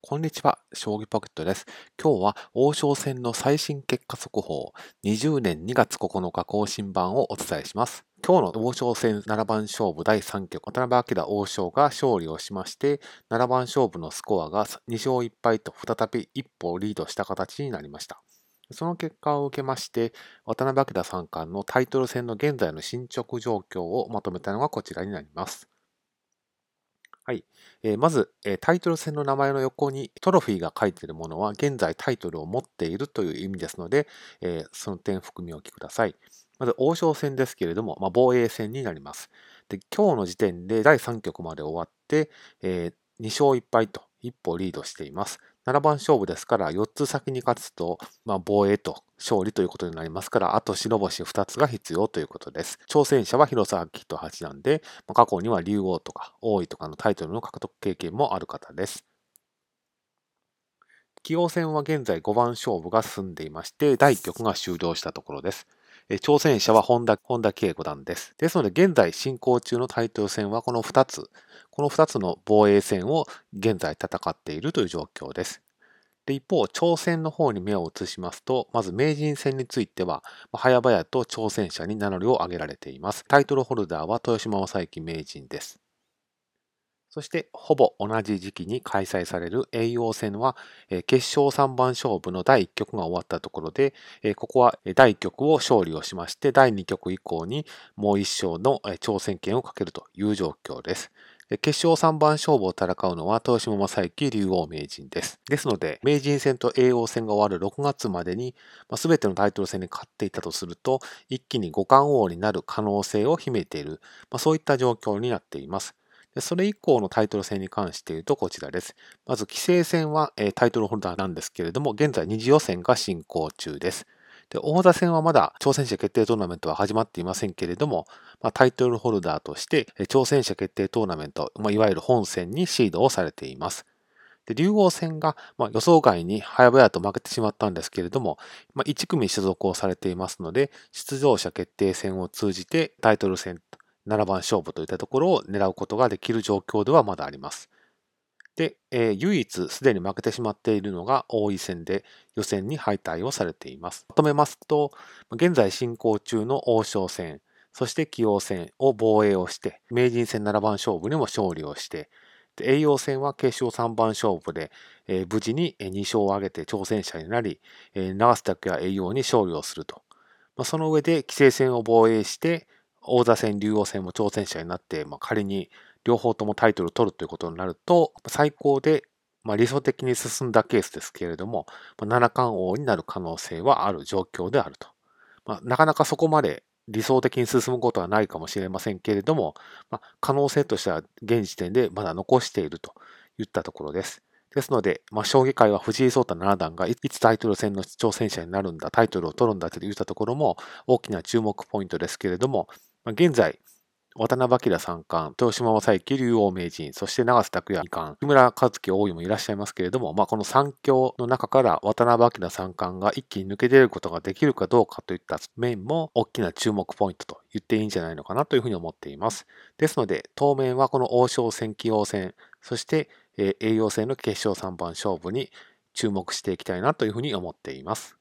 こんにちは、将棋ポケットです。今日は王将戦の最新結果速報、20年2月9日更新版をお伝えします。今日の王将戦7番勝負第3局、渡辺明王将が勝利をしまして、7番勝負のスコアが2勝1敗と再び一歩リードした形になりました。その結果を受けまして、渡辺明三冠のタイトル戦の現在の進捗状況をまとめたのがこちらになります。はい。まず、タイトル戦の名前の横にトロフィーが書いているものは現在タイトルを持っているという意味ですので、その点含みおきください。まず王将戦ですけれども、防衛戦になります。で、今日の時点で第3局まで終わって、2勝1敗と一歩リードしています。7番勝負ですから4つ先に勝つと、防衛と勝利ということになりますから、あと白星2つが必要ということです。挑戦者は広瀬章人八段で、過去には竜王とか王位とかのタイトルの獲得経験もある方です。棋王戦は現在5番勝負が進んでいまして、第1局が終了したところです。挑戦者は本田圭五段です。ですので、現在進行中のタイトル戦はこの2つの防衛戦を現在戦っているという状況です。で一方、挑戦の方に目を移しますと、まず名人戦については、早々と挑戦者に名乗りを上げられています。タイトルホルダーは豊島将之名人です。そして、ほぼ同じ時期に開催される叡王戦は、決勝3番勝負の第1局が終わったところで、ここは第1局を勝利をしまして、第2局以降にもう1勝の挑戦権をかけるという状況です。決勝3番勝負を戦うのは豊島将之竜王名人です。ですので、名人戦と叡王戦が終わる6月までに、全てのタイトル戦に勝っていたとすると、一気に五冠王になる可能性を秘めている、そういった状況になっています。それ以降のタイトル戦に関して言うとこちらです。まず、棋聖戦はタイトルホルダーなんですけれども、現在二次予選が進行中です。で、王座戦はまだ挑戦者決定トーナメントは始まっていませんけれども、タイトルホルダーとして挑戦者決定トーナメント、いわゆる本戦にシードをされています。で、竜王戦が、予想外に早々と負けてしまったんですけれども、1組所属をされていますので、出場者決定戦を通じてタイトル戦、7番勝負といったところを狙うことができる状況ではまだあります。で、唯一すでに負けてしまっているのが王位戦で予選に敗退をされています。まとめますと、現在進行中の王将戦、そして棋王戦を防衛をして、名人戦7番勝負にも勝利をして、で叡王戦は決勝3番勝負で、無事に2勝を挙げて挑戦者になり、永瀬拓也叡王に勝利をすると。その上で棋聖戦を防衛して、王座戦、竜王戦も挑戦者になって、仮に両方ともタイトルを取るということになると、最高で、理想的に進んだケースですけれども、七冠王になる可能性はある状況であると。なかなかそこまで理想的に進むことはないかもしれませんけれども、可能性としては現時点でまだ残しているといったところです。ですので、将棋界は藤井聡太七段がいつタイトル戦の挑戦者になるんだ、タイトルを取るんだといったところも大きな注目ポイントですけれども、現在、渡辺明三冠、豊島将之竜王名人、そして永瀬拓也二冠、木村和樹王位もいらっしゃいますけれども、この三強の中から渡辺明三冠が一気に抜け出ることができるかどうかといった面も大きな注目ポイントと言っていいんじゃないのかなというふうに思っています。ですので、当面はこの王将戦、棋王戦、そして叡王戦の決勝3番勝負に注目していきたいなというふうに思っています。